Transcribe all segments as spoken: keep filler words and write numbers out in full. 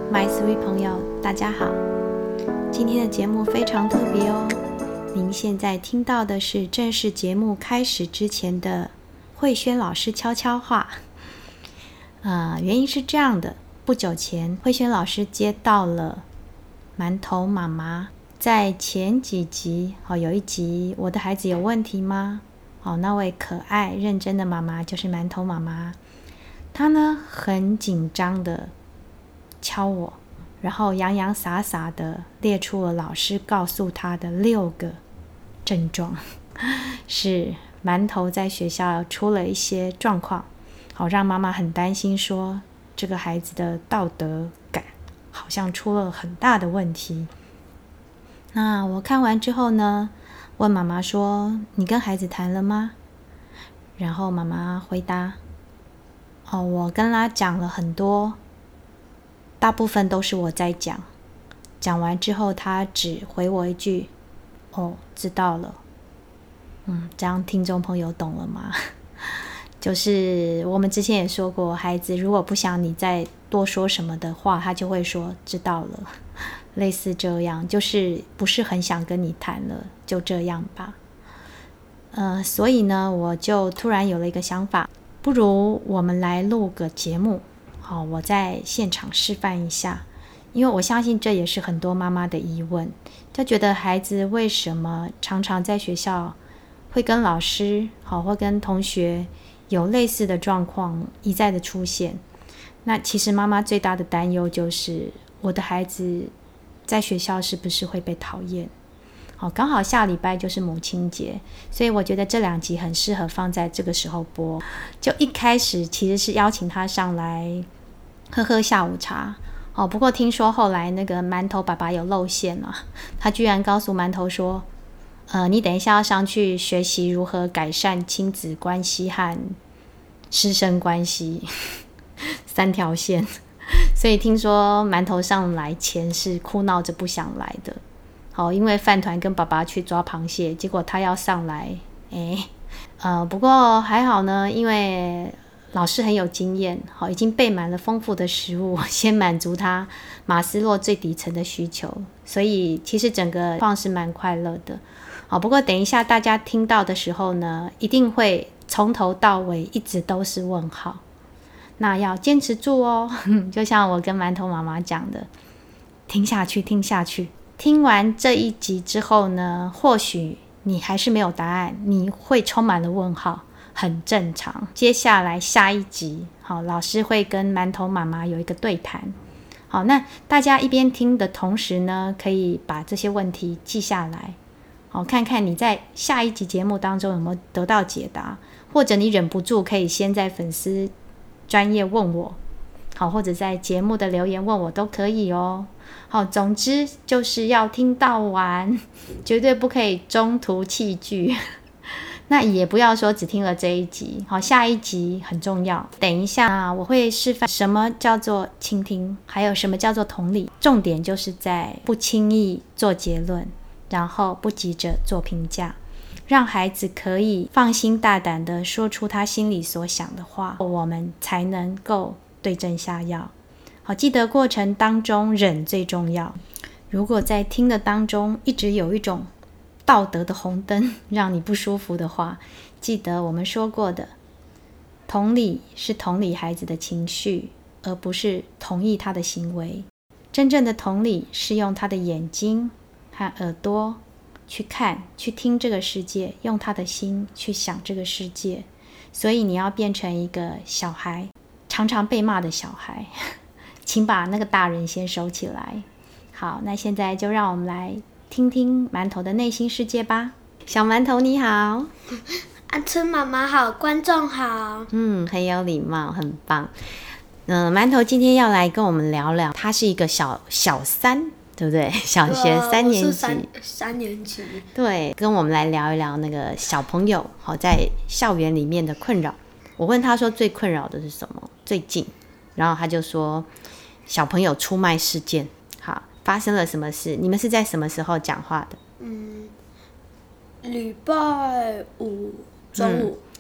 My Sweet 朋友，大家好。今天的节目非常特别哦。您现在听到的是正式节目开始之前的慧萱老师悄悄话。呃，原因是这样的，不久前慧萱老师接到了馒头妈妈在前几集、哦、有一集我的孩子有问题吗？哦，那位可爱认真的妈妈就是馒头妈妈，她呢很紧张的敲我，然后洋洋洒洒的列出了老师告诉她的六个症状，是馒头在学校出了一些状况，好让妈妈很担心，说这个孩子的道德感好像出了很大的问题。那我看完之后呢，问妈妈说，你跟孩子谈了吗？然后妈妈回答，哦，我跟他讲了很多，大部分都是我在讲。讲完之后，他只回我一句，哦，知道了。嗯，这样听众朋友懂了吗？就是我们之前也说过，孩子如果不想你再多说什么的话，他就会说知道了，类似这样，就是不是很想跟你谈了，就这样吧。呃，所以呢，我就突然有了一个想法，不如我们来录个节目，好，我在现场示范一下，因为我相信这也是很多妈妈的疑问，就觉得孩子为什么常常在学校会跟老师，好，或跟同学有类似的状况一再的出现。那其实妈妈最大的担忧就是我的孩子在学校是不是会被讨厌。好，刚好下礼拜就是母亲节，所以我觉得这两集很适合放在这个时候播。就一开始其实是邀请他上来喝喝下午茶，哦，不过听说后来那个馒头爸爸有露馅了，他居然告诉馒头说，呃，你等一下要上去学习如何改善亲子关系和师生关系三条线，所以听说馒头上来前是哭闹着不想来的。好，因为饭团跟爸爸去抓螃蟹，结果他要上来，哎，呃，不过还好呢，因为老师很有经验，好，已经备满了丰富的食物，先满足他马斯洛最底层的需求，所以其实整个况是蛮快乐的。好，不过等一下大家听到的时候呢，一定会从头到尾一直都是问号，那要坚持住哦，就像我跟馒头妈妈讲的，听下去，听下去。听完这一集之后呢，或许你还是没有答案，你会充满了问号，很正常。接下来下一集，好，老师会跟馒头妈妈有一个对谈。好，那大家一边听的同时呢，可以把这些问题记下来，好，看看你在下一集节目当中有没有得到解答，或者你忍不住可以先在粉丝专页问我，好，或者在节目的留言问我都可以哦。好，总之就是要听到完，绝对不可以中途弃剧。那也不要说只听了这一集，好，下一集很重要。等一下我会示范什么叫做倾听，还有什么叫做同理。重点就是在不轻易做结论，然后不急着做评价，让孩子可以放心大胆地说出他心里所想的话，我们才能够对症下药。好，记得过程当中忍最重要。如果在听的当中一直有一种道德的红灯让你不舒服的话，记得我们说过的，同理是同理孩子的情绪，而不是同意他的行为。真正的同理是用他的眼睛和耳朵去看去听这个世界，用他的心去想这个世界。所以你要变成一个小孩，常常被骂的小孩，请把那个大人先收起来。好，那现在就让我们来听听馒头的内心世界吧。小馒头你好。 阿春妈妈好，观众好。 嗯，很有礼貌，很棒。嗯、呃，馒头今天要来跟我们聊聊，他是一个小小三，对不对？小学三年级， 我是三三年级。 对，跟我们来聊一聊那个小朋友好在校园里面的困扰。我问他说最困扰的是什么？最近，然后他就说小朋友出卖事件。好，发生了什么事？你们是在什么时候讲话的？ 嗯，礼拜五中午。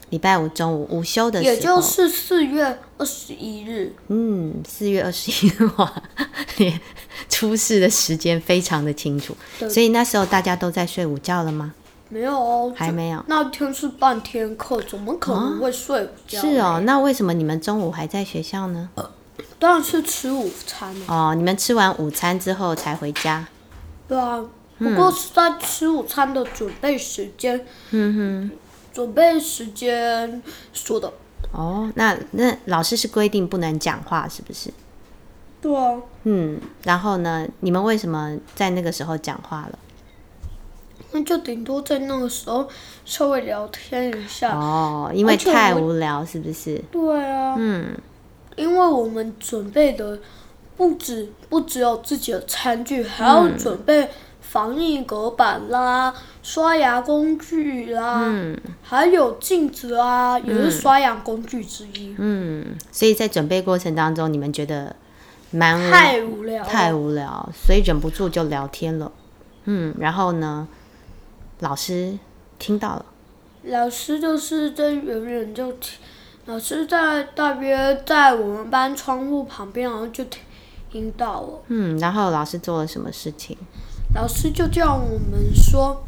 礼拜五中午午休的时候， 也就是四月二十一日。 嗯，四月二十一日，哇，连出事的时间非常的清楚。所以那时候大家都在睡午觉了吗？ 没有哦， 还没有。 那天是半天课，怎么可能会睡午觉、 哦？是哦，那为什么你们中午还在学校呢？ 呃、当然是吃午餐了。 哦，你们吃完午餐之后才回家？ 对啊，不过是在吃午餐的准备时间。 嗯哼， 准备时间说的。 哦，那那老师是规定不能讲话，是不是？ 对啊。 嗯，然后呢？你们为什么在那个时候讲话了？ 那就顶多在那个时候稍微聊天一下。 哦，因为太无聊，是不是？ 对啊。 嗯。 因为我们准备的不只不只有自己的餐具，还要准备防疫隔板啦、嗯、刷牙工具啦， 嗯， 还有镜子啊，也是刷牙工具之一。 嗯，所以在准备过程当中，你们觉得蛮太无聊， 太无聊，所以忍不住就聊天了。嗯，然后呢？老师听到了， 老师就是在远远就听，老师在大约在我们班窗户旁边，然后就听到了。 嗯，然后老师做了什么事情？ 老师就叫我们说，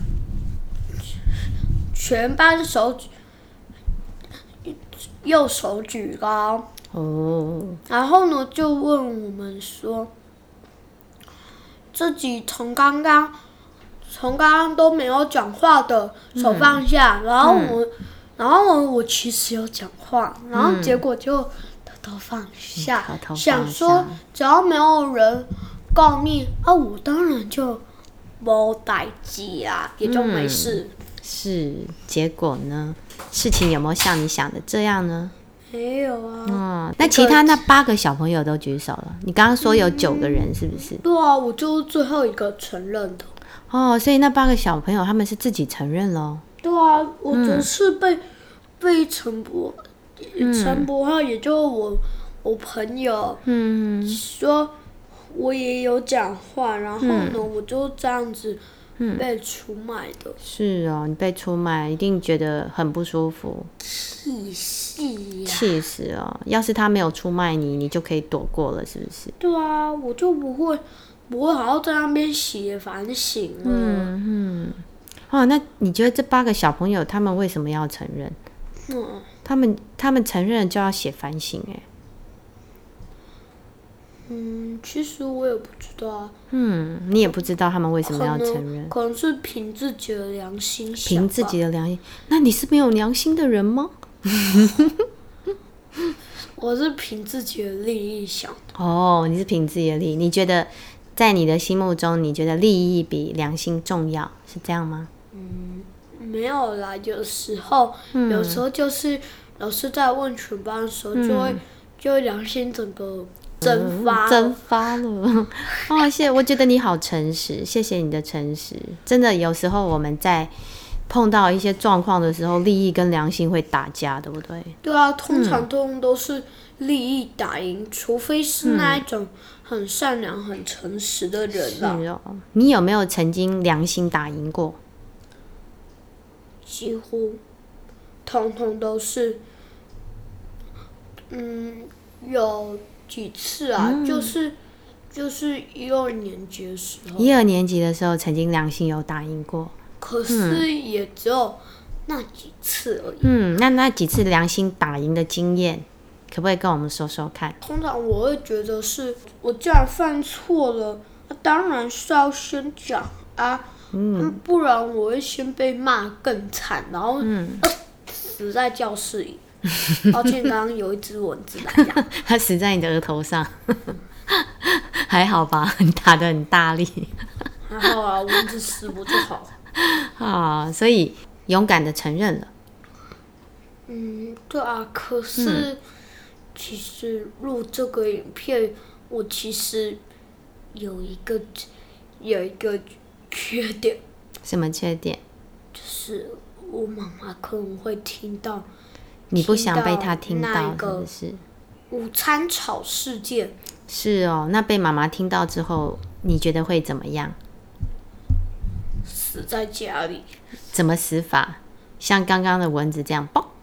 全班手举，右手举高。 哦。 然后呢，就问我们说，自己从刚刚。从刚刚都没有讲话的手放下，嗯、然后我，嗯、然后我我其实有讲话，然后结果就偷偷放下， 嗯、偷偷放下想说只要没有人告密啊，我当然就没代志啊，也就没事、 嗯。是，结果呢？事情有没有像你想的这样呢？ 没有啊。 嗯，那其他那八个小朋友都举手了。你刚刚说有九个人，是不是？ 嗯、对啊，我就是最后一个承认的。 哦，所以那八个小朋友他们是自己承认咯。 对啊，我只是被、嗯、被陈博，陈博浩也就我我朋友，嗯，说我也有讲话，然后呢，嗯、我就这样子被出卖的。 嗯、是哦，你被出卖，一定觉得很不舒服， 气死呀！ 气死了！要是他没有出卖你，你就可以躲过了，是不是？ 对啊，我就不会。不会好好在那边写反省了。 嗯嗯，哦，那你觉得这八个小朋友他们为什么要承认？嗯，他们他们承认就要写反省哎。 嗯，其实我也不知道啊。 嗯，你也不知道他们为什么要承认？ 可能, 可能是凭自己的良心想。 凭自己的良心？那你是没有良心的人吗？ 我是凭自己的利益想的。 哦，你是凭自己的利益，你觉得？在你的心目中，你觉得利益比良心重要，是这样吗？ 嗯，没有啦，有时候，嗯、有时候就是老师在问全班的时候，就会、嗯、就会良心整个蒸发了、嗯、 蒸发了。哦，谢谢，我觉得你好诚实，谢谢你的诚实。真的，有时候我们在碰到一些状况的时候，利益跟良心会打架，对不对？ 对啊，通常通都是利益打赢，嗯、除非是那一种很善良、很诚实的人啦。 是哦，你有没有曾经良心打赢过？ 几乎，通通都是。嗯，有几次啊，嗯、就是就是一二年级的时候。 一二年级的时候，曾经良心有打赢过。 可是也只有那几次而已。 嗯，那那几次良心打赢的经验，可不可以跟我们说说看？ 通常我会觉得是，我既然犯错了，啊、当然是要先讲啊，嗯，不然我会先被骂更惨，然后、嗯呃、死在教室里。抱歉，刚刚有一只蚊子来咬， 它死在你的额头上，还好吧？你打得很大力。 还好啊，蚊子死不就好。 啊，所以勇敢的承认了。 嗯，对啊，可是、嗯、其实录这个影片，我其实有一个有一个缺点。 什么缺点？ 就是我妈妈可能会听到。 你不想被她听到，是不是？ 午餐吵事件。 是哦，那被妈妈听到之后，你觉得会怎么样？ 死在家里。 怎么死法？像刚刚的蚊子这样，嘣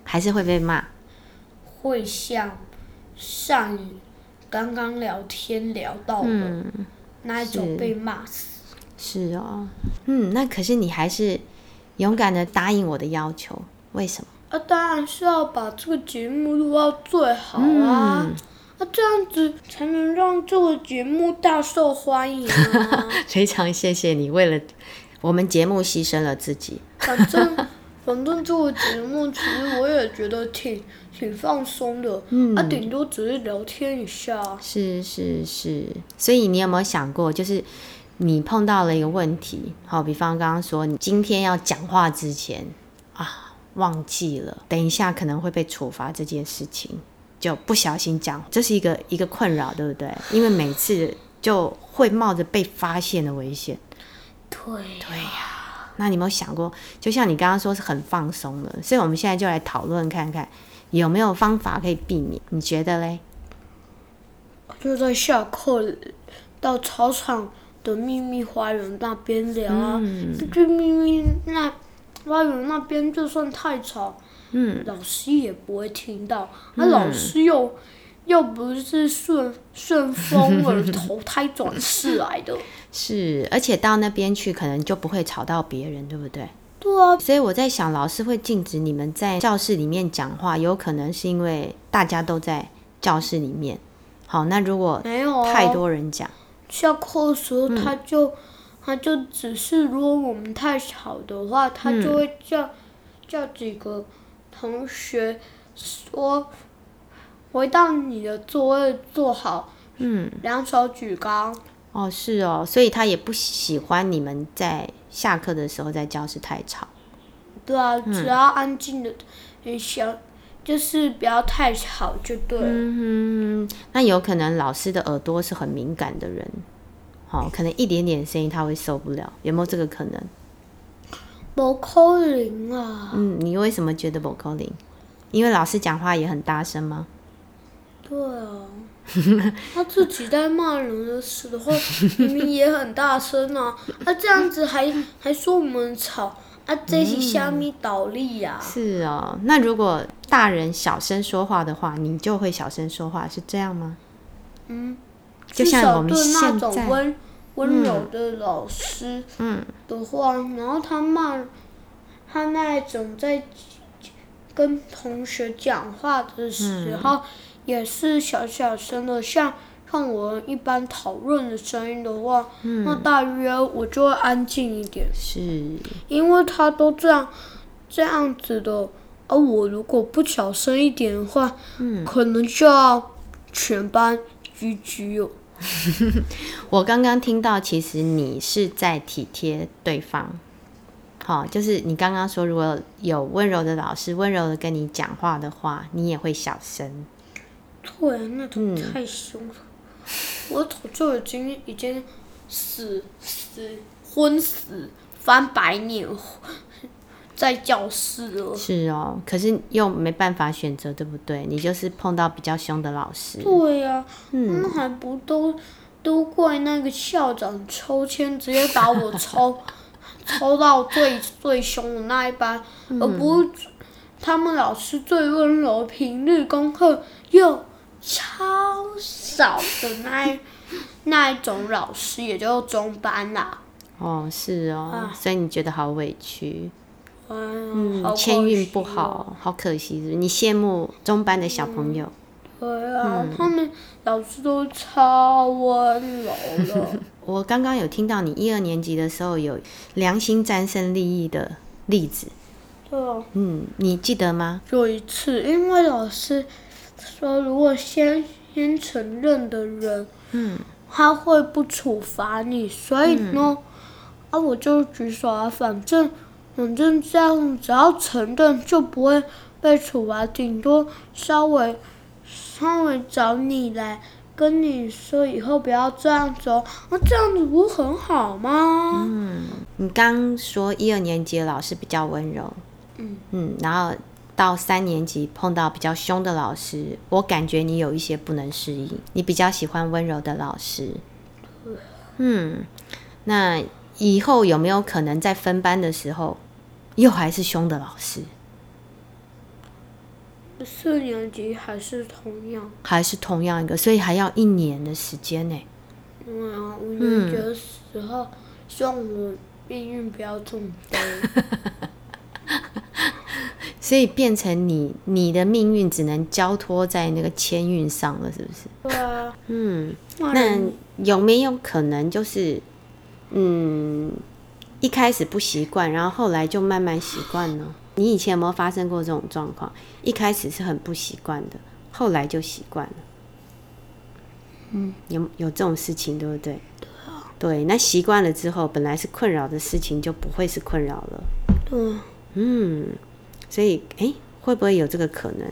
还是会被骂？ 会像上刚刚聊天聊到的、嗯、那一种被骂死。 是哦，嗯，那可是你还是勇敢的答应我的要求，为什么？ 啊，当然是要把这个节目录到最好啊。嗯啊，这样子才能让这个节目大受欢迎啊！ 非常谢谢你为了我们节目牺牲了自己。 反正反正这个节目其实我也觉得挺挺放松的，嗯，啊，顶多只是聊天一下。 是是是，所以你有没有想过，就是你碰到了一个问题，好，比方刚刚说你今天要讲话之前啊忘记了，等一下可能会被处罚这件事情。就不小心讲，这是一个一个困扰，对不对？因为每次就会冒着被发现的危险。 对对呀，那你有没有想过，就像你刚刚说是很放松的，所以我们现在就来讨论看看有没有方法可以避免？你觉得嘞？ 就在下课到操场的秘密花园那边聊啊，去、嗯、秘密那花园那边就算太吵。嗯，老师也不会听到，那、嗯啊、老师又又不是顺顺风而投胎转世来的， 是，而且到那边去可能就不会吵到别人，对不对？ 对啊， 所以我在想，老师会禁止你们在教室里面讲话，有可能是因为大家都在教室里面。好，那如果太多人讲， 下课的时候他就、嗯、他就只是，如果我们太吵的话，他就会叫、嗯、叫几个同学说，回到你的座位坐好，嗯，两手举高。 哦，是哦，所以他也不喜欢你们在下课的时候在教室太吵。 对啊，嗯、只要安静的，很小，就是不要太吵就对了。 嗯哼，那有可能老师的耳朵是很敏感的人，好、哦，可能一点点声音他会受不了，有没有这个可能？ 不可能啊！ 嗯，你为什么觉得不可能？因为老师讲话也很大声吗？ 对啊，他自己在骂人的时候，明明也很大声啊！他、啊、这样子还还说我们吵啊，这是虾米道理呀、啊嗯？是哦，那如果大人小声说话的话，你就会小声说话，是这样吗？ 嗯， 就像我们现在那种温温柔的老师的话，嗯、然后他骂他那种在跟同学讲话的时候，嗯、也是小小声的，像像我一般讨论的声音的话，嗯、那大约我就会安静一点。 是， 因为他都这样这样子的，而我如果不小声一点的话，嗯、可能就要全班居居哦。 我刚刚听到，其实你是在体贴对方，好、哦，就是你刚刚说，如果有温柔的老师温柔的跟你讲话的话，你也会小声。 对，那种太凶了，嗯、我早就已经已经死死昏死翻白眼在教室了。 是哦，可是又没办法选择，对不对？你就是碰到比较凶的老师。 对呀、啊，嗯，那还不都都怪那个校长抽签直接把我抽抽到最最凶的那一班，嗯、而不是他们老师最温柔，平日功课又超少的那一那一种老师，也就是中班啦。 哦，是哦，啊、所以你觉得好委屈。 嗯， 签运不好，好可惜是不是？你羡慕中班的小朋友。 嗯、对啊、嗯，他们老师都超温柔的。 我刚刚有听到你一二年级的时候有良心战胜利益的例子。 对啊。 嗯，你记得吗？ 有一次，因为老师说，如果先先承认的人，嗯，他会不处罚你，所以呢，嗯、啊，我就举手啊，反正。反正这样，只要承认就不会被处罚，顶多稍微稍微找你来跟你说以后不要这样子哦。那、啊、这样子不是很好吗？ 嗯，你刚说一二年级的老师比较温柔，嗯嗯，然后到三年级碰到比较凶的老师，我感觉你有一些不能适应，你比较喜欢温柔的老师。嗯，那以后有没有可能在分班的时候？又还是凶的老师， 四年级还是同样， 还是同样一个，所以还要一年的时间呢。 嗯啊，五年级的时候，希望我命运不要这么悲。 所以变成你你的命运只能交托在那个签运上了，是不是？ 对啊。 嗯，那有没有可能就是嗯一开始不习惯，然后后来就慢慢习惯呢？你以前有没有发生过这种状况？一开始是很不习惯的，后来就习惯了。嗯，有有这种事情，对不对？ 对啊。 对，那习惯了之后，本来是困扰的事情就不会是困扰了。 对。 嗯，所以哎，会不会有这个可能？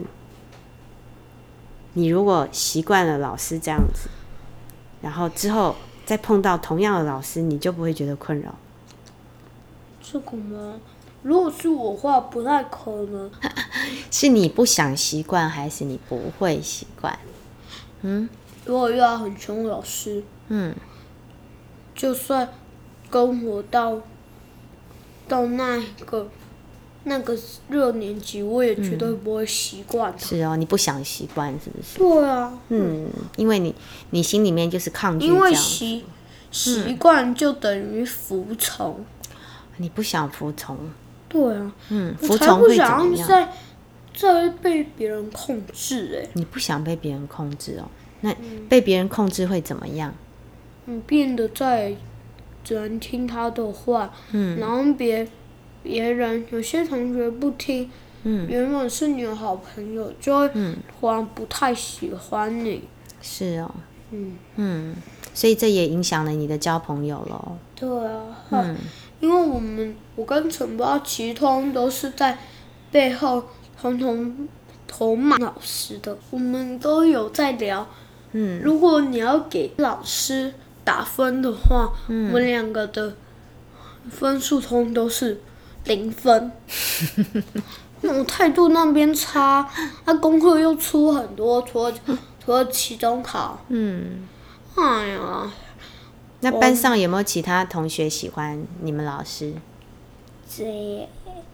你如果习惯了老师这样子，然后之后再碰到同样的老师，你就不会觉得困扰？ 这个吗？如果是我的话，不太可能。 是你不想习惯，还是你不会习惯？嗯， 如果遇到很凶的老师， 嗯， 就算跟我到到那个那个六年级，我也绝对不会习惯、嗯。 是哦，你不想习惯，是不是？ 对啊。 嗯，因为你你心里面就是抗拒这样。 因为习习惯就等于服从、嗯。 你不想服从。 对啊。 嗯，服从会怎么样？ 我才不想再再被别人控制哎、欸。 你不想被别人控制哦？那被别人控制会怎么样？ 嗯，变得再只能听他的话，嗯，然后别别人有些同学不听，嗯，原本是你的好朋友，就会突然不太喜欢你。 是哦。 嗯嗯，所以这也影响了你的交朋友咯。 对啊。嗯。因为我们我跟陈宝其实通都是在背后通通偷骂老师的，我们都有在聊。嗯，如果你要给老师打分的话，嗯、我们两个的分数通都是零分。我态度那边差，他、啊、功课又出很多，除了除了期中考。嗯。哎呀。 那班上有没有其他同学喜欢你们老师？ 这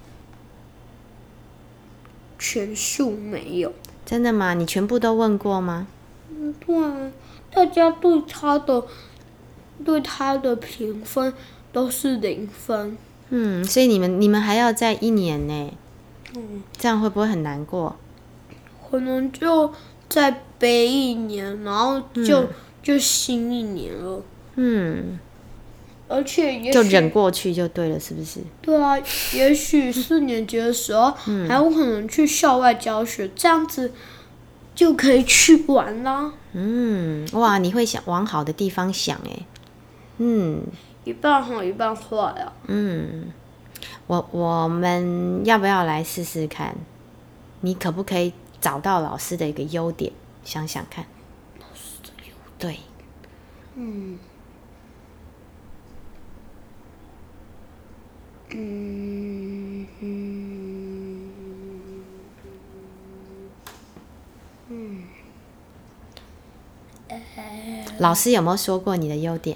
全数没有。 真的吗？你全部都问过吗？ 嗯，对啊，大家对他的对他的评分都是零分。 嗯，所以你们你们还要再一年呢。嗯，这样会不会很难过？ 可能就再背一年，然后就、嗯、就新一年了。嗯，而且也就忍过去就对了，是不是？ 对啊，也许四年级的时候、嗯、还有可能去校外教学，这样子就可以去玩啦。 嗯，哇，你会想往好的地方想哎。嗯， 一半好一半坏啊。 嗯，我我们要不要来试试看？你可不可以找到老师的一个优点？想想看。 老师的优点。 对。 嗯。嗯嗯嗯，老师有没有说过你的优点？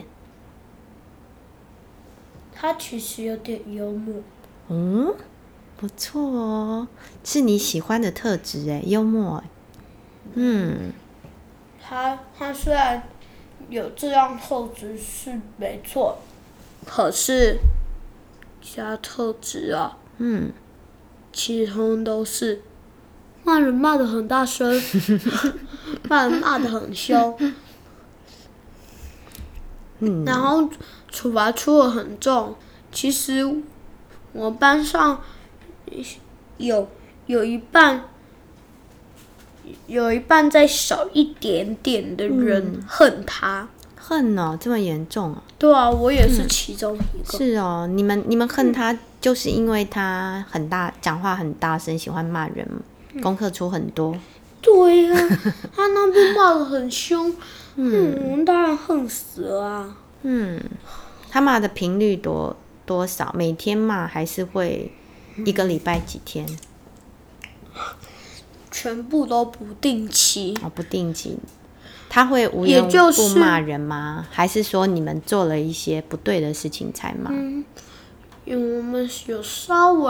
他其实有点幽默。 嗯，不错哦，是你喜欢的特质哎，幽默哎。嗯。 他他虽然有这样特质是没错，可是。其他特质啊，嗯，其实都是骂人骂得很大声，骂人骂得很凶，嗯，然后处罚出得很重。其实我班上有有一半有一半再少一点点的人恨他。 恨哦，这么严重哦？ 对啊，我也是其中一个。 嗯、是哦，你们你们恨他，就是因为他很大，讲话很大声，喜欢骂人，嗯、功课出很多。 对呀、啊，他那边骂得很凶，嗯，我们当然恨死了啊。 嗯，他骂的频率多多少？每天骂还是会一个礼拜几天？ 全部都不定期。 哦，不定期。他会无缘无故骂人吗？就是、还是说你们做了一些不对的事情才骂？ 嗯，因为我们有稍微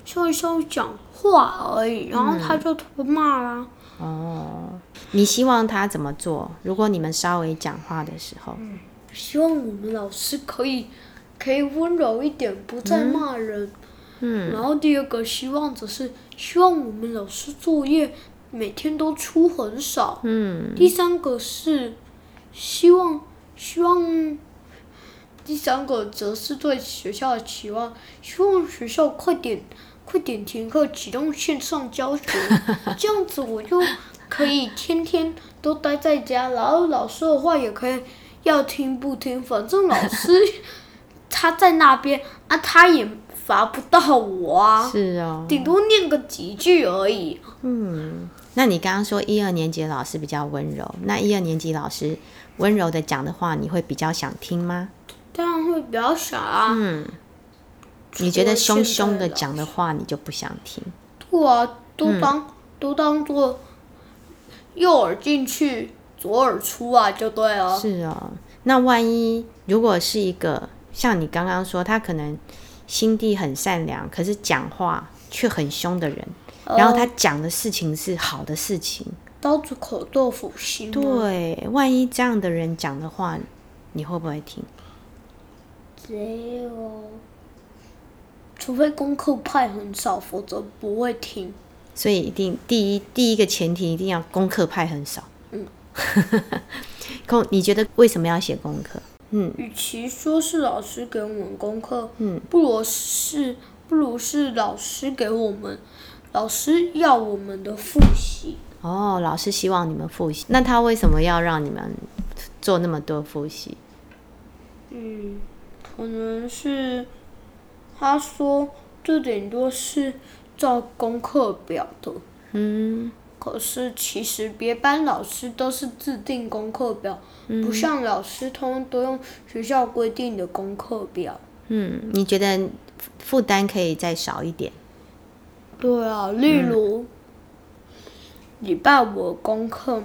稍微稍微讲话而已，然后他就不骂啦。 哦，你希望他怎么做？如果你们稍微讲话的时候， 嗯、希望我们老师可以可以温柔一点，不再骂人。嗯。然后第二个希望则是希望我们老师作业每天都出很少。嗯。第三个是希望希望，第三个则是对学校的期望，希望学校快点。快点停课，启动线上教学，这样子我就可以天天都待在家，然后老师的话也可以要听不听，反正老师他在那边啊，他也罚不到我啊， 是哦， 顶多念个几句而已。 嗯，那你刚刚说一二年级的老师比较温柔，那一二年级老师温柔的讲的话，你会比较想听吗？ 当然会比较想啊。嗯。 你觉得凶凶的讲的话，你就不想听？ 对啊，都当、嗯、都当做右耳进去，左耳出啊，就对了。 是哦，那万一如果是一个像你刚刚说，他可能心地很善良，可是讲话却很凶的人，呃、然后他讲的事情是好的事情， 刀子口豆腐心。 对，万一这样的人讲的话，你会不会听？ 只有。除非功课派很少，否则不会听。 所以一定第一第一个前提一定要功课派很少。嗯。你觉得为什么要写功课？嗯。 与其说是老师给我们功课，嗯，不如是不如是老师给我们，老师要我们的复习。 哦，老师希望你们复习，那他为什么要让你们做那么多复习？ 嗯，可能是。他说：“这顶多是照功课表的。”嗯。可是其实别班老师都是自定功课表，嗯、不像老师通通都用学校规定的功课表。 嗯，你觉得负担可以再少一点？ 对啊，例如礼拜五的功课，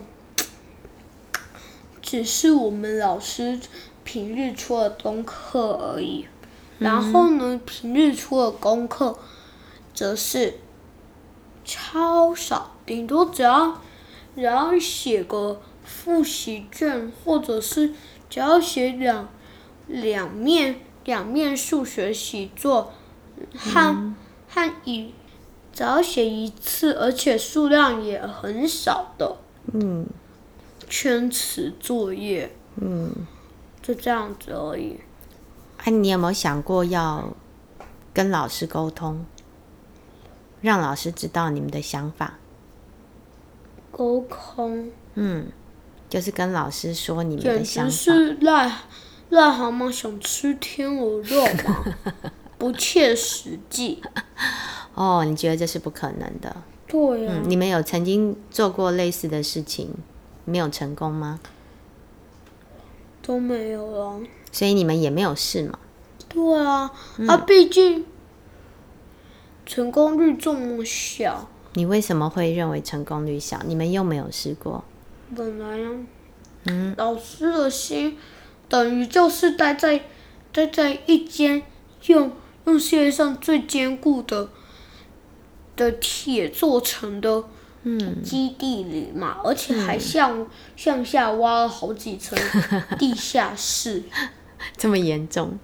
只是我们老师平日出的功课而已。然后呢，平日出的功课则是超少，顶多只要只要写个复习卷，或者是只要写两两面两面数学习作，和、嗯、和一只要写一次，而且数量也很少的，嗯，圈词作业，嗯，就这样子而已。 哎、啊，你有没有想过要跟老师沟通，让老师知道你们的想法？ 沟通， 嗯，就是跟老师说你们的想法。 简直是癞癞蛤蟆想吃天鹅肉嘛，不切实际。 哦，你觉得这是不可能的？ 对啊。 嗯，你们有曾经做过类似的事情，没有成功吗？ 都没有了。 所以你们也没有试嘛？ 对啊，嗯、啊，毕竟成功率这么小。 你为什么会认为成功率小？你们又没有试过。 本来啊，嗯，老师的心等于就是待在待在一间用用世界上最坚固的的铁做成的基地里嘛，嗯、而且还向、嗯、向下挖了好几层地下室。 这么严重？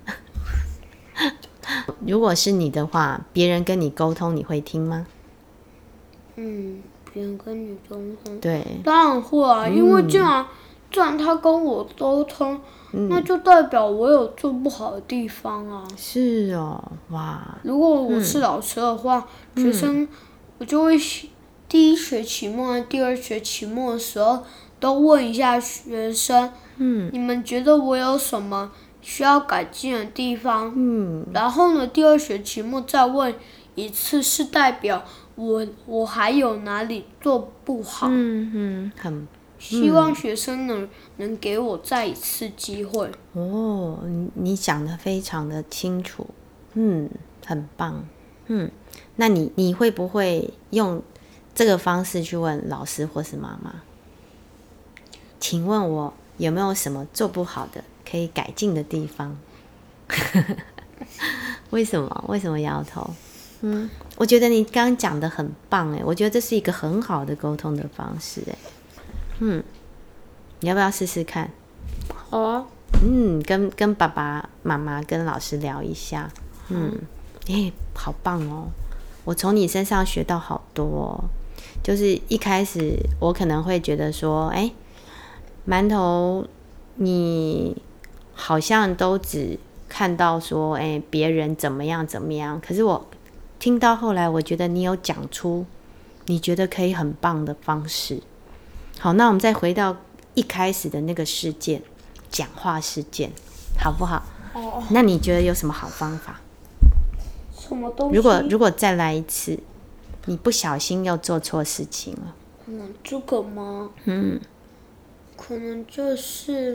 如果是你的话，别人跟你沟通，你会听吗？ 嗯，别人跟你沟通， 对， 当然会啊，嗯、因为既然既然他跟我沟通，嗯、那就代表我有做不好的地方啊。 是哦，哇！ 如果我是老师的话，嗯、学生我就会第一学期末、第二学期末的时候都问一下学生，嗯，你们觉得我有什么需要改进的地方？嗯，然后呢，第二学期末再问一次，是代表我我还有哪里做不好？ 嗯嗯，很希望学生能、嗯、能给我再一次机会。 哦，你讲得非常的清楚，嗯，很棒，嗯，那你你会不会用这个方式去问老师或是妈妈？请问我有没有什么做不好的可以改进的地方？为什么？为什么摇头？嗯， 我觉得你刚刚讲的很棒哎，我觉得这是一个很好的沟通的方式哎。嗯，你要不要试试看？ 好啊。 嗯，跟跟爸爸妈妈跟老师聊一下。嗯，哎、欸，好棒哦！我从你身上学到好多哦。就是一开始我可能会觉得说，哎、欸，馒头，你好像都只看到说，哎、欸，别人怎么样怎么样。可是我听到后来，我觉得你有讲出你觉得可以很棒的方式。好，那我们再回到一开始的那个事件。讲话事件好不好？哦，那你觉得有什么好方法？ 什么东西？ 如果如果再来一次，你不小心又做错事情了。 嗯，这个吗？ 嗯， 可能就是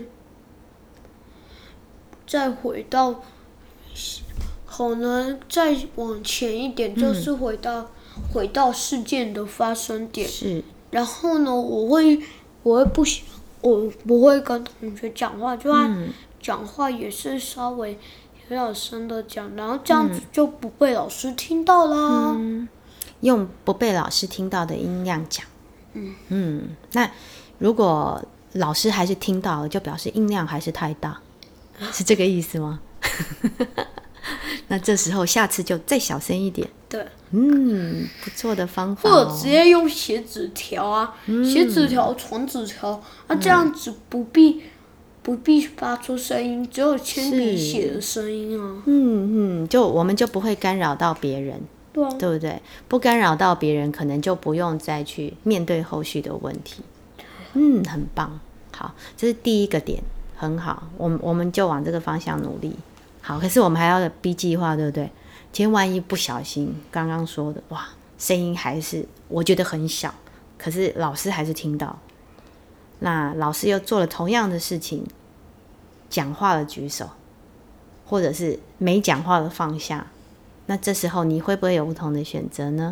再回到，可能再往前一点，嗯、就是回到回到事件的发生点。 是。然后呢，我会我会不想。我不会跟同学讲话，就算讲话也是稍微小声的讲，然后这样子就不被老师听到啦。 嗯，用不被老师听到的音量讲。嗯嗯，那如果老师还是听到了，就表示音量还是太大，是这个意思吗？那这时候下次就再小声一点。 对， 嗯，不错的方法、哦。 或者直接用写纸条啊，嗯、写纸条、传纸条啊，这样子不必、嗯、不必发出声音，只有铅笔写的声音啊。 嗯嗯，就我们就不会干扰到别人， 对啊， 对不对？不干扰到别人，可能就不用再去面对后续的问题。嗯，很棒。好，这是第一个点，很好。我们我们就往这个方向努力。好，可是我们还要 B 计划，对不对？今天万一不小心，刚刚说的哇，声音还是我觉得很小，可是老师还是听到。那老师又做了同样的事情，讲话了举手，或者是没讲话的放下。那这时候你会不会有不同的选择呢？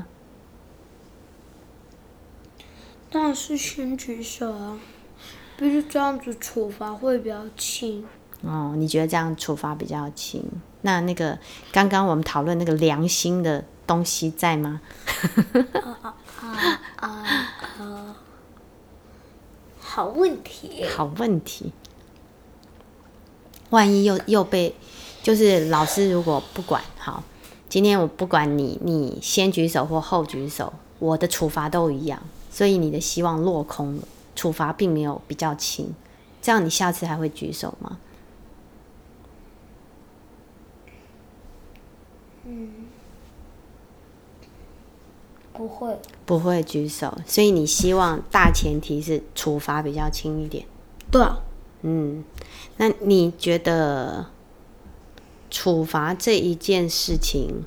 当然是先举手啊，必须这样子处罚会比较轻。 哦，你觉得这样处罚比较轻？那那个刚刚我们讨论那个良心的东西在吗？ 啊啊啊啊！好问题， 好问题。万一又又被，就是老师如果不管，好，今天我不管你，你先举手或后举手，我的处罚都一样，所以你的希望落空了，处罚并没有比较轻，这样你下次还会举手吗？ 嗯，不会， 不会举手，所以你希望大前提是处罚比较轻一点。 对啊， 嗯，那你觉得处罚这一件事情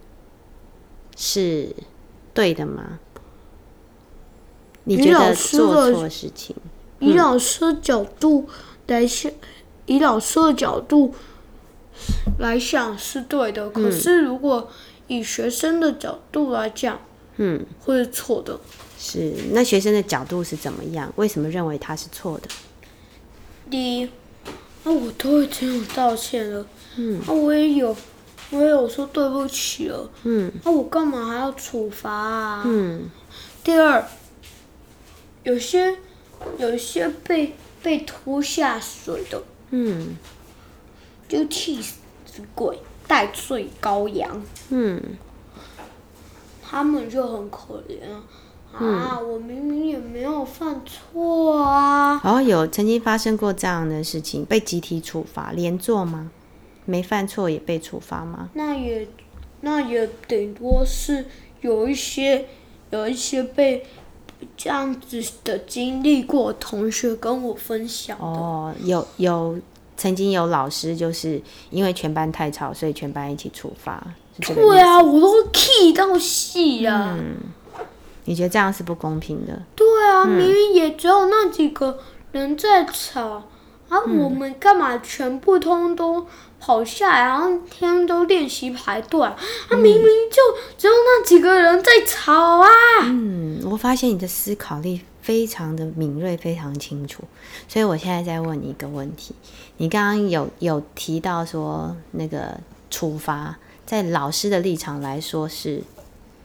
是对的吗？你觉得做错事情， 以老师的角度来想，以老师的角度来想是对的，可是如果以学生的角度来讲，嗯，会是错的。 是，那学生的角度是怎么样？为什么认为他是错的？ 第一，啊，我都已经有道歉了，嗯，啊，我也有，我也有说对不起了，嗯，啊，我干嘛还要处罚啊？嗯。第二，有些有一些被被拖下水的，嗯，就替死鬼、代罪羔羊，嗯，他们就很可怜啊。啊！我明明也没有犯错啊！ 哦，有曾经发生过这样的事情，被集体处罚，连坐吗？没犯错也被处罚吗？ 那也，那也顶多是有一些有一些被这样子的经历过同学跟我分享的。 哦，有有曾经有老师就是因为全班太吵，所以全班一起处罚。 对啊，我都会气到死啊！ 嗯，你觉得这样是不公平的？ 对啊，嗯、明明也只有那几个人在吵，啊，嗯、我们干嘛全部通都跑下来，然后天天都练习排队？啊，嗯、明明就只有那几个人在吵啊！ 嗯，我发现你的思考力非常的敏锐，非常清楚。所以我现在在问你一个问题：你刚刚有有提到说，那个处罚在老师的立场来说是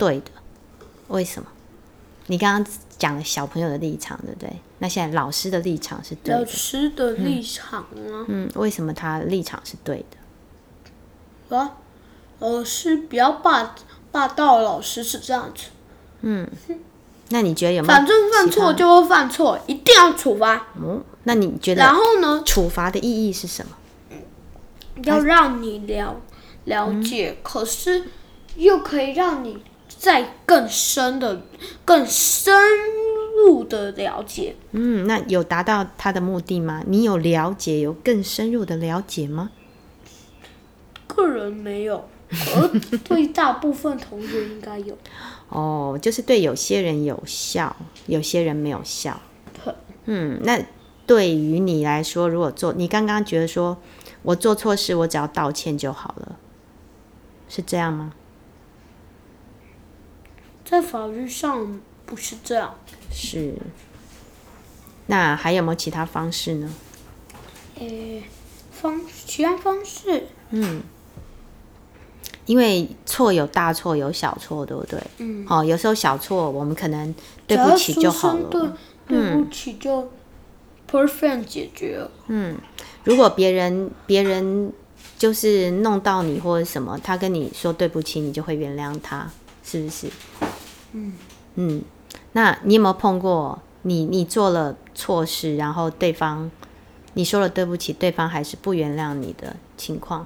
对的，为什么？你刚刚讲了小朋友的立场，对不对？那现在老师的立场是对的。 老师的立场啊， 嗯，为什么他的立场是对的？ 啊，老师比较霸霸道的老师是这样子。 嗯，那你觉得有没有？ 反正犯错就会犯错，一定要处罚。 嗯，那你觉得？ 然后呢？ 处罚的意义是什么？ 要让你了了解，嗯、可是又可以让你再更深的、更深入的了解。 嗯，那有达到他的目的吗？你有了解，有更深入的了解吗？ 个人没有，而对大部分同学应该有。 哦，就是对有些人有效，有些人没有效。 对。 嗯，那对于你来说，如果做，你刚刚觉得说我做错事，我只要道歉就好了，是这样吗？ 在法律上不是这样。 是。那还有没有其他方式呢？ 诶，方其他方式。 嗯。因为错有大错有小错，对不对？嗯。哦，有时候小错我们可能对不起就好了。 对，对不起就 perfect 解决了。 嗯，如果别人别人就是弄到你或者什么，他跟你说对不起，你就会原谅他，是不是？ 嗯嗯，那你有没有碰过你你做了错事，然后对方你说了对不起，对方还是不原谅你的情况？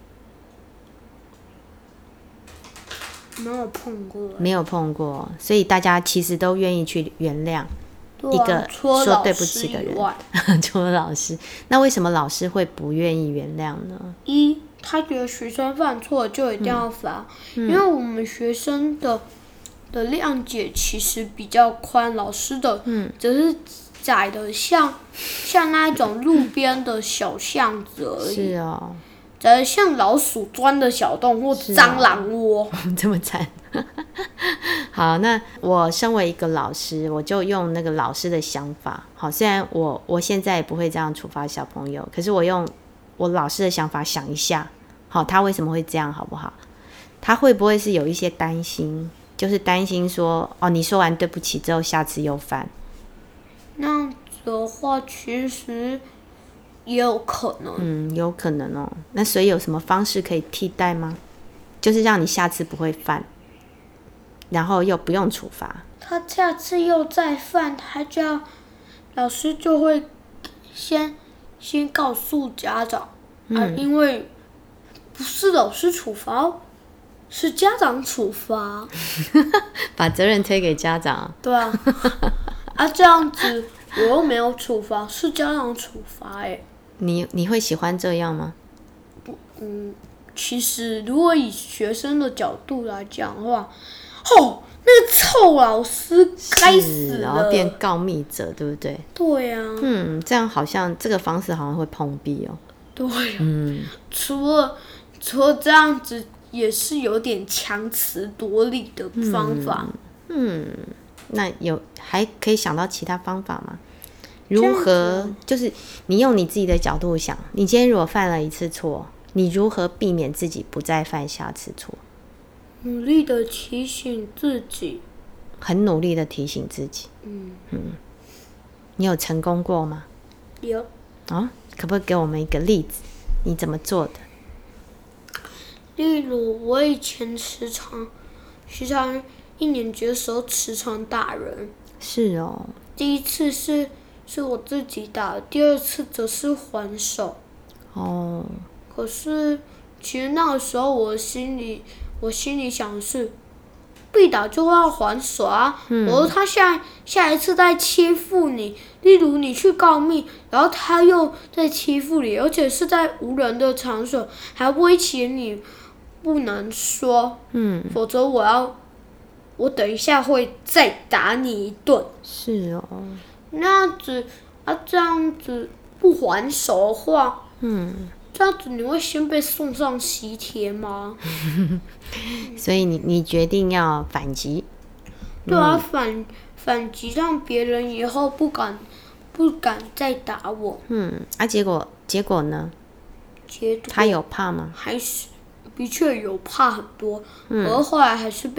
没有碰过， 没有碰过，所以大家其实都愿意去原谅一个说对不起的人，除了老师。那为什么老师会不愿意原谅呢？ 一，他觉得学生犯错就一定要罚，嗯嗯、因为我们学生的的谅解其实比较宽，老师的只是窄的像像那一种路边的小巷子而已。 是哦。 呃，像老鼠钻的小洞或蟑螂窝， 哦、这么惨。好，那我身为一个老师，我就用那个老师的想法。好，虽然我我现在也不会这样处罚小朋友，可是我用我老师的想法想一下，好，他为什么会这样，好不好？他会不会是有一些担心，就是担心说，哦，你说完对不起之后，下次又犯？ 那样子的话，其实。也有可能， 嗯，有可能哦。那所以有什么方式可以替代吗？就是让你下次不会犯，然后又不用处罚。 他下次又再犯，他就要老师就会先先告诉家长，嗯、啊，因为不是老师处罚，是家长处罚， 把责任推给家长。 对啊，啊这样子我又没有处罚，是家长处罚哎、欸。 你你会喜欢这样吗？ 嗯，其实如果以学生的角度来讲的话，哦，那个臭老师该死了， 然后变告密者，对不对？ 对啊。 嗯，这样好像这个方式好像会碰壁哦。 对啊。 嗯， 除了除了这样子，也是有点强词夺理的方法。 嗯，嗯那有还可以想到其他方法吗？如何就是你用你自己的角度想，你今天如果犯了一次错，你如何避免自己不再犯下次错？ 努力的提醒自己， 很努力的提醒自己。嗯嗯，你有成功过吗？ 有。 哦，可不可以给我们一个例子？你怎么做的？ 例如，我以前时常时常一年级的时候时常打人。 是哦。 第一次是。是我自己打的，第二次则是还手。 哦。 可是，其实那个时候我心里，我心里想的是，被打就要还手啊。嗯。我说他下下一次再欺负你，例如你去告密，然后他又在欺负你，而且是在无人的场所，还威胁你不能说。嗯。否则我要，我等一下会再打你一顿。 是哦。 那样子啊，这样子不还手的话，嗯，这样子你会先被送上西天吗？ 所以你你决定要反击。 对啊，嗯、反反击让别人以后不敢不敢再打我。 嗯，啊，结果结果呢？ 结果他有怕吗？ 还是的确有怕很多，嗯、而后来还是被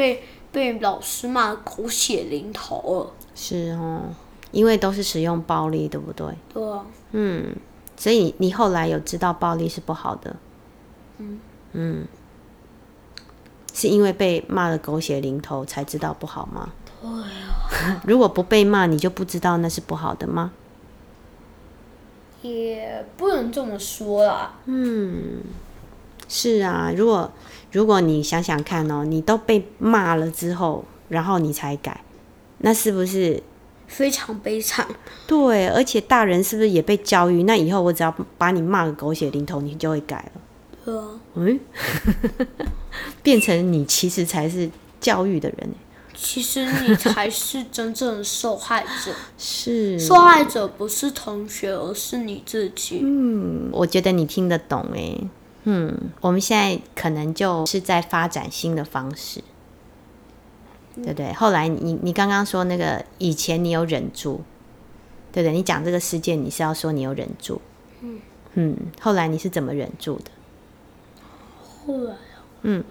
被老师骂狗血淋头了。 是哦，因为都是使用暴力，对不对？ 对啊。 嗯，所以你后来有知道暴力是不好的。 嗯嗯，是因为被骂的狗血淋头才知道不好吗？ 对啊。 如果不被骂，你就不知道那是不好的吗？ 也不能这么说啦。 嗯，是啊，如果如果你想想看哦，你都被骂了之后，然后你才改，那是不是非常悲惨？ 对，而且大人是不是也被教育？那以后我只要把你骂个狗血淋头，你就会改了。 对啊。 嗯，变成你其实才是教育的人。 其实你才是真正的受害者。 是， 受害者不是同学，而是你自己。 嗯，我觉得你听得懂哎。嗯，我们现在可能就是在发展新的方式，对不对？后来你你刚刚说那个以前你有忍住，对不对？你讲这个事件，你是要说你有忍住。 嗯嗯，后来你是怎么忍住的？ 后来啊， 嗯，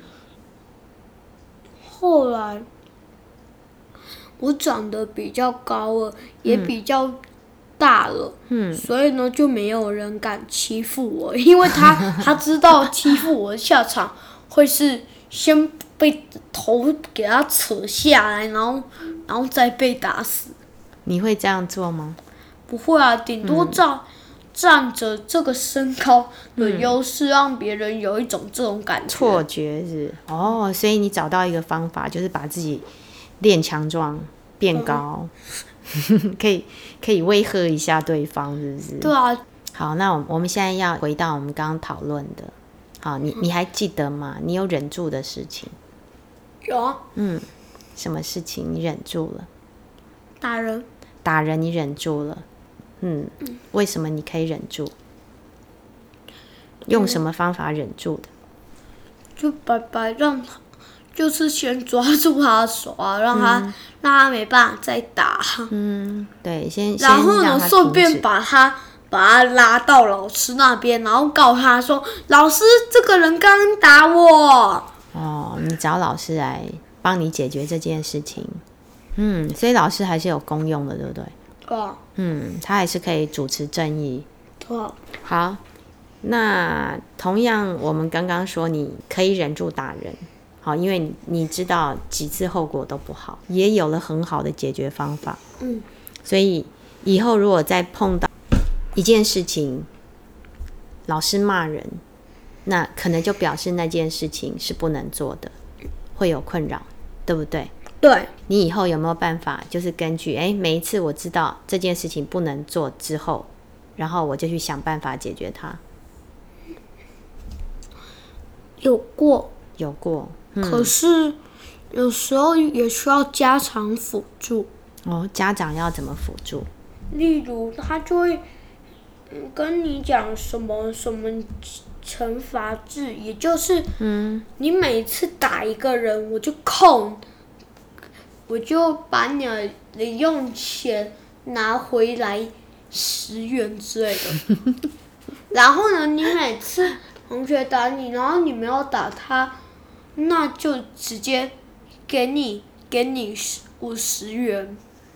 后来我长得比较高了，也比较大了，嗯，所以呢就没有人敢欺负我，因为他他知道欺负我的下场会是先被头给他扯下来，然后然后再被打死。 你会这样做吗？ 不会啊，顶多站、嗯、站着这个身高的优势，让别人有一种这种感觉。 错觉是哦，所以你找到一个方法，就是把自己练强壮、变高，嗯、可以可以威吓一下对方，是不是？ 对啊。 好，那我们现在要回到我们刚刚讨论的。好，你你还记得吗？你有忍住的事情？ 有啊。 嗯，什么事情你忍住了？ 打人。 打人你忍住了。嗯，嗯为什么你可以忍住？用什么方法忍住的？ 就白白让他，就是先抓住他的手啊，让他、嗯、让他没办法再打。嗯， 对，先然后呢，顺便把他把他拉到老师那边，然后告他说：“老师，这个人刚刚打我。” 哦，你找老师来帮你解决这件事情。嗯，所以老师还是有功用的，对不对？ 对啊。 嗯，他还是可以主持正义。 对啊。 好。那同样，我们刚刚说你可以忍住打人，好，因为你知道几次后果都不好，也有了很好的解决方法。 嗯， 所以以后如果再碰到一件事情，老师骂人，那可能就表示那件事情是不能做的，会有困扰，对不对？ 对。 你以后有没有办法，就是根据哎每一次我知道这件事情不能做之后，然后我就去想办法解决它？ 有过， 有过、 嗯，可是有时候也需要家长辅助。 哦，家长要怎么辅助？ 例如，他就会跟你讲什么什么惩罚制，也就是，嗯，你每次打一个人，我就扣，我就把你的零用钱拿回来十元之类的。然后呢，你每次同学打你，然后你没有打他，那就直接给你给你五十元。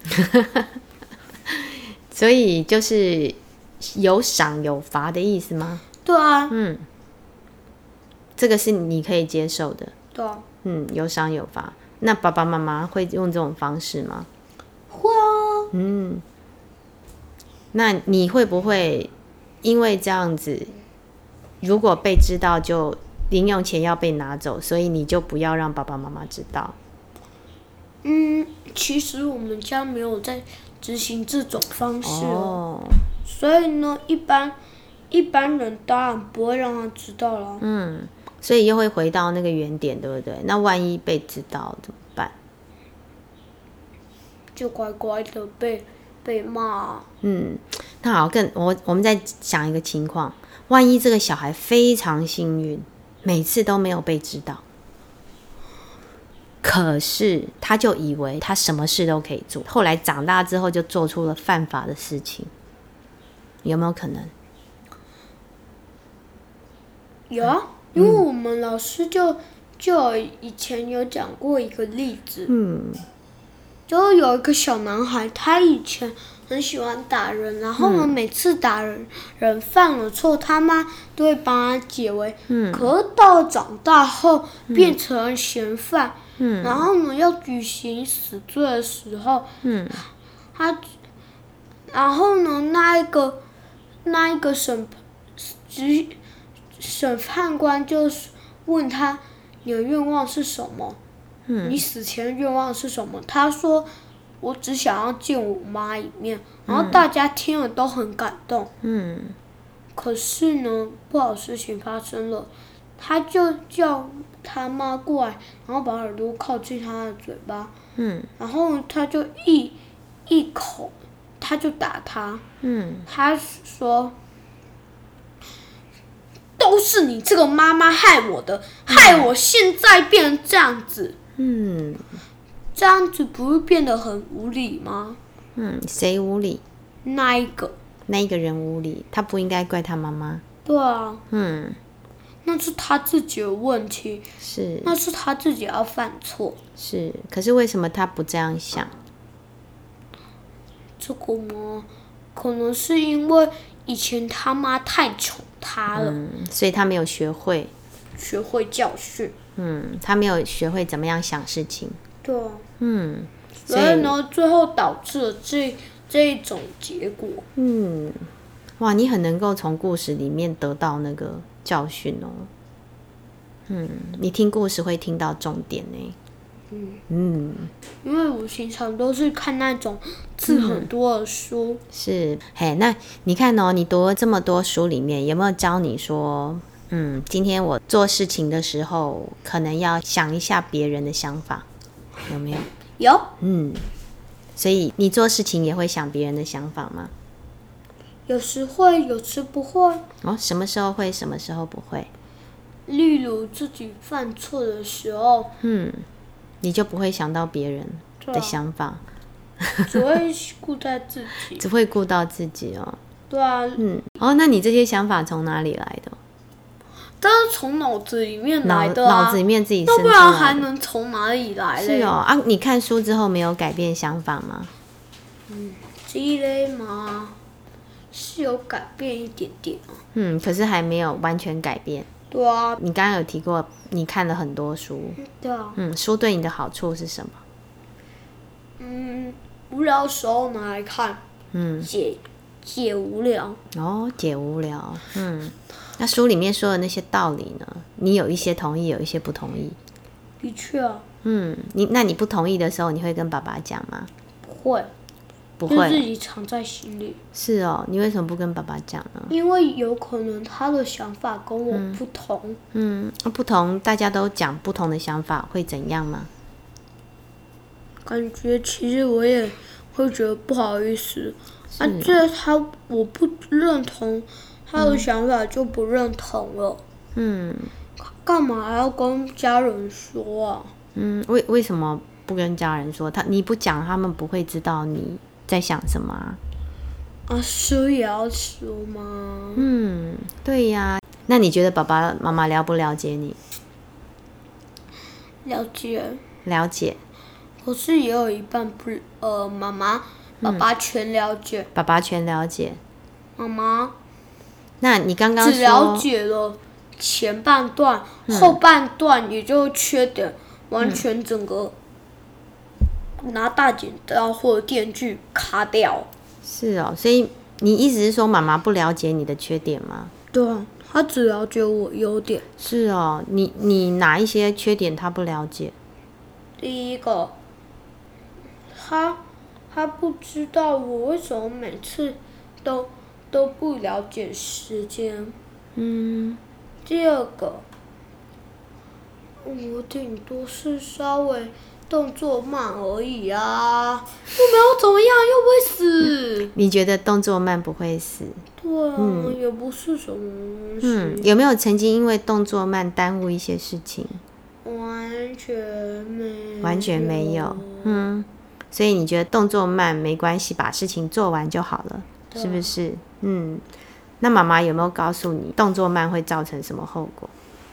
所以就是有赏有罚的意思吗？ 对啊。 嗯，这个是你可以接受的。 对啊。 嗯，有赏有罚。那爸爸妈妈会用这种方式吗？ 会啊。 嗯，那你会不会因为这样子？如果被知道，就零用钱要被拿走，所以你就不要让爸爸妈妈知道。 嗯，其实我们家没有在执行这种方式哦，所以呢，一般一般人当然不会让他知道了。 嗯，所以又会回到那个原点，对不对？那万一被知道怎么办？ 就乖乖的被被骂。 嗯，那好，更我我们再想一个情况。万一这个小孩非常幸运，每次都没有被知道，可是他就以为他什么事都可以做，后来长大之后就做出了犯法的事情，有没有可能？ 有啊，因为我们老师就就以前有讲过一个例子， 嗯， 就有一个小男孩，他以前很喜欢打人，然后呢， 嗯、 每次打人人犯了错，他妈都会帮他解围。 嗯， 可是到了长大后，变成了嫌犯。 嗯， 然后呢，要举行死罪的时候， 嗯， 他，然后呢，那一个那一个审执审判官就是问他，你的愿望是什么？ 嗯， 你死前的愿望是什么？他说，我只想要见我妈一面。然后大家听了都很感动。 嗯， 可是呢，不好的事情发生了，他就叫他妈过来，然后把耳朵靠近他的嘴巴。 嗯， 然后他就一一口，他就打他。 嗯， 他说。都是你这个妈妈害我的，害我现在变成这样子。 嗯， 这样子不是变得很无理吗？ 嗯，谁无理？ 那一个， 那一个人无理，他不应该怪他妈妈。 对啊， 嗯， 那是他自己的问题， 是， 那是他自己要犯错。 是，可是为什么他不这样想？ 这个吗？可能是因为以前他妈太宠他了， 嗯，所以他没有学会， 学会教训。 嗯，他没有学会怎么样想事情。 对啊， 嗯， 所以呢，最后导致了这这一种结果。 嗯，哇，你很能够从故事里面得到那个教训哦。嗯，你听故事会听到重点呢。 嗯嗯， 因为我平常都是看那种字很多的书。 嗯、是，嘿，那你看哦，你读了这么多书里面，有没有教你说，嗯，今天我做事情的时候，可能要想一下别人的想法，有没有？ 有。 嗯，所以你做事情也会想别人的想法吗？ 有时会，有时不会。 哦，什么时候会，什么时候不会？ 例如自己犯错的时候， 嗯，你就不会想到别人的想法， 只会顾在自己， 只会顾到自己哦。 对啊， 嗯，哦，那你这些想法从哪里来的？ 但是从脑子里面来的啊，脑子里面自己生出来的， 要不然还能从哪里来嘞？ 是哦，啊，你看书之后没有改变想法吗？ 嗯，积累嘛，是有改变一点点啊。 嗯，可是还没有完全改变。 对啊。 你刚刚有提过，你看了很多书。 对啊。 嗯，书对你的好处是什么？ 嗯，无聊的时候拿来看。嗯。解解无聊。 哦，解无聊。嗯。那书里面说的那些道理呢？你有一些同意，有一些不同意。 的确啊。 嗯，你那你不同意的时候，你会跟爸爸讲吗？ 不会。 不会。 就自己藏在心里。 是哦，你为什么不跟爸爸讲呢？ 因为有可能他的想法跟我不同。 嗯，嗯，不同，大家都讲不同的想法，会怎样吗？ 感觉其实我也会觉得不好意思。啊，这他我不认同他的想法，就不认同了。嗯。干嘛还要跟家人说啊？ 嗯，为为什么不跟家人说？他你不讲，他们不会知道你在想什么啊？ 啊，说也要说吗？ 嗯，对呀。那你觉得爸爸妈妈了不了解你？ 了解。 了解。 可是也有一半不，呃，妈妈、爸爸全了解。 嗯、爸爸全了解。 妈妈。 那你刚刚说只了解了前半段，嗯、后半段也就缺点，完全整个拿大剪刀或者电锯卡掉。 是哦，所以你意思是说妈妈不了解你的缺点吗？ 对啊，她只了解我优点。 是哦，你你哪一些缺点她不了解？ 第一个，她她不知道我为什么每次都都不了解时间。嗯。第二个，我顶多是稍微动作慢而已啊，又没有怎么样，又不会死。 你觉得动作慢不会死？ 对啊，嗯、也不是什么东西。 嗯，有没有曾经因为动作慢耽误一些事情？ 完全没有。 完全没有。嗯，所以你觉得动作慢没关系，把事情做完就好了，是不是？嗯。那妈妈有没有告诉你动作慢会造成什么后果？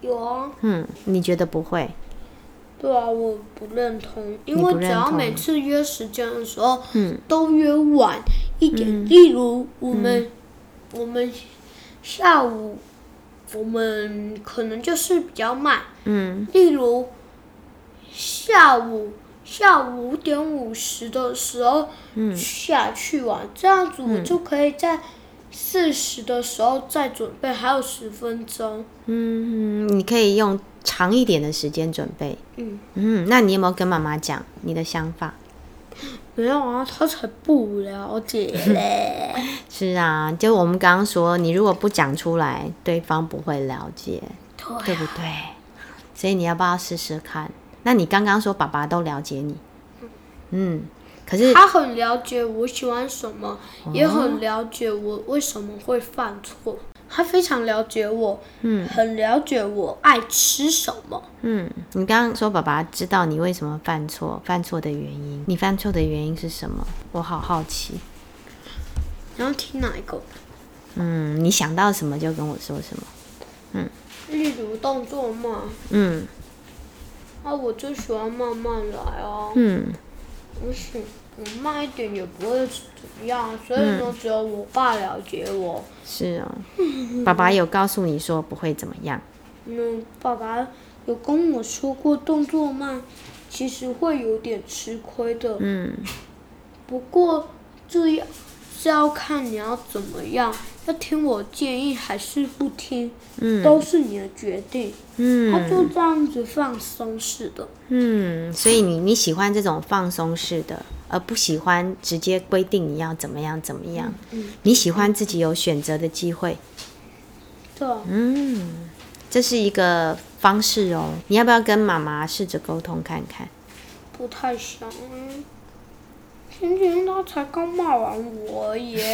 有啊。 嗯，你觉得不会？ 对啊，我不认同，因为只要每次约时间的时候， 嗯， 都约晚一点。嗯、例如我们、嗯、我们下午，我们可能就是比较慢。 嗯。 例如下午下午五点五十的时候，嗯，下去玩，这样子我就可以在四十的时候再准备，还有十分钟。 嗯，你可以用长一点的时间准备。 嗯嗯，那你有没有跟妈妈讲你的想法？ 没有啊，她才不了解嘞。 是啊，就我们刚刚说，你如果不讲出来，对方不会了解， 对啊， 对不对？所以你要不要试试看？那你刚刚说爸爸都了解你，嗯，可是他很了解我喜欢什么，哦、也很了解我为什么会犯错。他非常了解我，嗯，很了解我爱吃什么。 嗯，你刚刚说爸爸知道你为什么犯错，犯错的原因，你犯错的原因是什么？我好好奇。 你要听哪一个？ 嗯，你想到什么就跟我说什么。嗯， 例如动作慢。 嗯。 啊，我就喜欢慢慢来哦。 嗯。 我喜我慢一点也不会怎么样，所以呢，嗯、只有我爸了解我。 是哦。爸爸有告诉你说不会怎么样。 嗯，爸爸有跟我说过，动作慢其实会有点吃亏的。 嗯。不过这样是要看你要怎么样，要听我建议还是不听，嗯、都是你的决定。嗯。他就这样子放松式的。 嗯，所以你你喜欢这种放松式的，而不喜欢直接规定你要怎么样怎么样。嗯。你喜欢自己有选择的机会。 对。 嗯，这是一个方式哦。你要不要跟妈妈试着沟通看看？ 不太想。今天他才刚骂完我而已。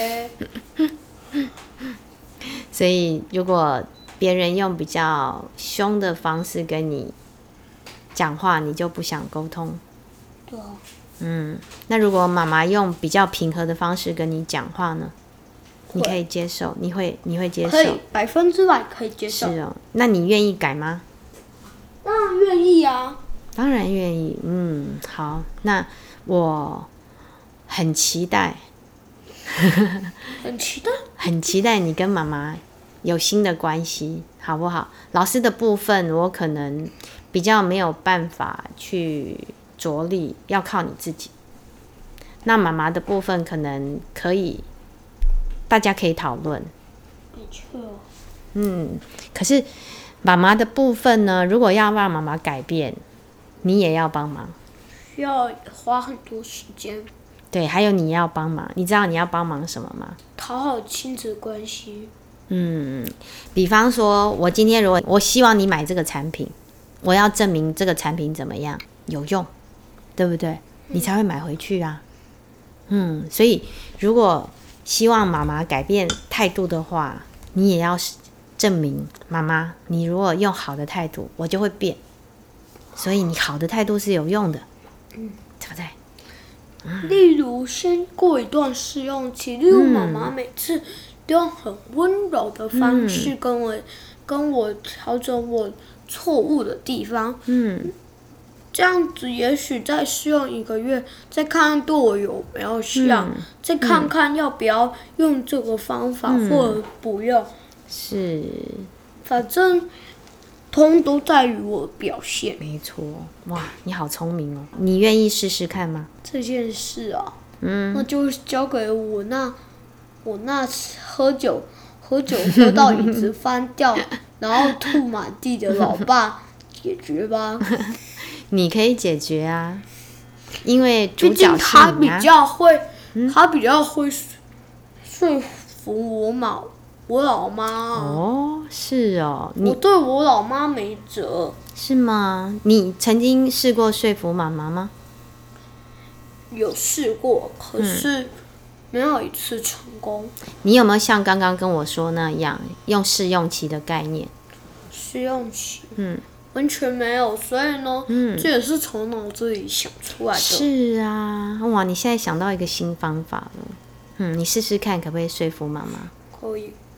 所以如果别人用比较凶的方式跟你讲话，你就不想沟通。 对啊。 嗯，那如果妈妈用比较平和的方式跟你讲话呢？你可以接受？你会你会接受？ 可以，百分之百可以接受。 是哦，那你愿意改吗？ 当然愿意啊。 当然愿意。嗯，好，那我很期待。 很期待。 很期待你跟妈妈有新的关系，好不好？老师的部分我可能比较没有办法去着力，要靠你自己。那妈妈的部分可能可以，大家可以讨论。 没错。 嗯，可是妈妈的部分呢，如果要让妈妈改变，你也要帮忙。 需要花很多时间。 对，还有你要帮忙，你知道你要帮忙什么吗？ 讨好亲子关系。 嗯，比方说，我今天如果我希望你买这个产品，我要证明这个产品怎么样有用，对不对？你才会买回去啊。嗯，所以如果希望妈妈改变态度的话，你也要证明妈妈，你如果用好的态度，我就会变。所以你好的态度是有用的，嗯，对不对？ 例如，先过一段试用期，例如妈妈每次都用很温柔的方式跟我、嗯、跟我调整我错误的地方，嗯，这样子也许再试用一个月，再看看对我有没有效，嗯、再看看要不要用这个方法、嗯、或者不用， 是， 反正。通都在于我的表现。 没错，哇，你好聪明哦！你愿意试试看吗？ 这件事啊，嗯，那就交给我那我那喝酒喝酒喝到椅子翻掉，然后吐满地的老爸解决吧。 你可以解决啊，因为主角是你啊。毕竟他比较会，嗯、他比较会说服我嘛。我老妈哦，是哦， 我对我老妈没辙。 是吗？你曾经试过说服妈妈吗？ 有试过，可是没有一次成功。 你有没有像刚刚跟我说那样，用试用期的概念？ 试用期，嗯，完全没有。所以呢，嗯，这也是从脑子里想出来的。 是啊，哇，你现在想到一个新方法了。嗯，你试试看，可不可以说服妈妈？ 可以。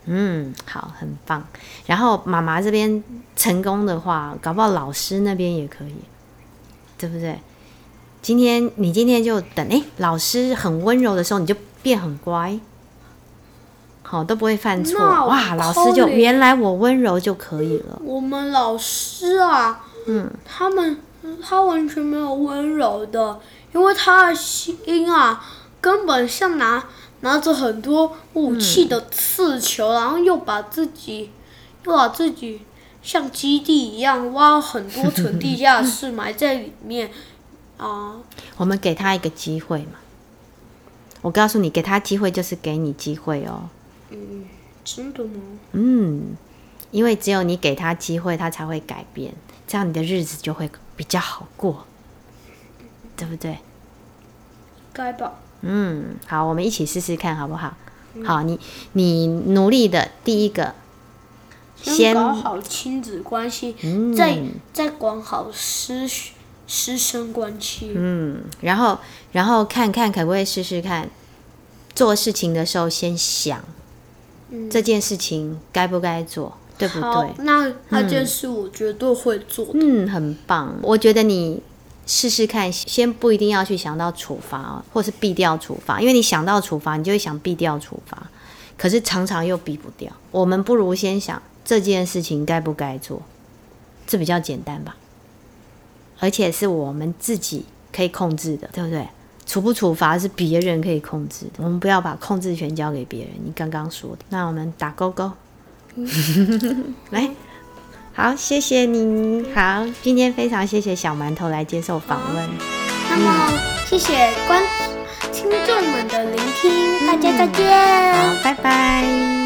嗯，好，很棒。然后妈妈这边成功的话，搞不好老师那边也可以，对不对？今天你今天就等，哎，老师很温柔的时候，你就变很乖，好，都不会犯错。哇，老师就原来我温柔就可以了。 我们老师啊，嗯，他们他完全没有温柔的，因为他的心啊，根本像拿拿着很多武器的刺球，嗯、然后又把自己又把自己像基地一样挖很多层地下室埋在里面。啊， 我们给他一个机会嘛。我告诉你，给他机会就是给你机会哦。 嗯，真的吗？ 嗯，因为只有你给他机会，他才会改变，这样你的日子就会比较好过，对不对？ 该吧。 嗯，好，我们一起试试看好不好？嗯、好，你你努力的第一个， 先搞好亲子关系，嗯、再再管好师师生关系。 嗯，然后然后看看可不可以试试看，做事情的时候先想，嗯、这件事情该不该做，对不对？ 好，那那件事我绝对会做的。 嗯，很棒。我觉得你试试看，先不一定要去想到处罚或是避掉处罚，因为你想到处罚，你就会想避掉处罚，可是常常又避不掉。我们不如先想这件事情该不该做，这比较简单吧。而且是我们自己可以控制的，对不对？处不处罚是别人可以控制的，我们不要把控制权交给别人。你刚刚说的，那我们打勾勾。来，好，谢谢你。好，今天非常谢谢小馒头来接受访问。 那么，嗯、谢谢观听众们的聆听，大家再见。 好，拜拜。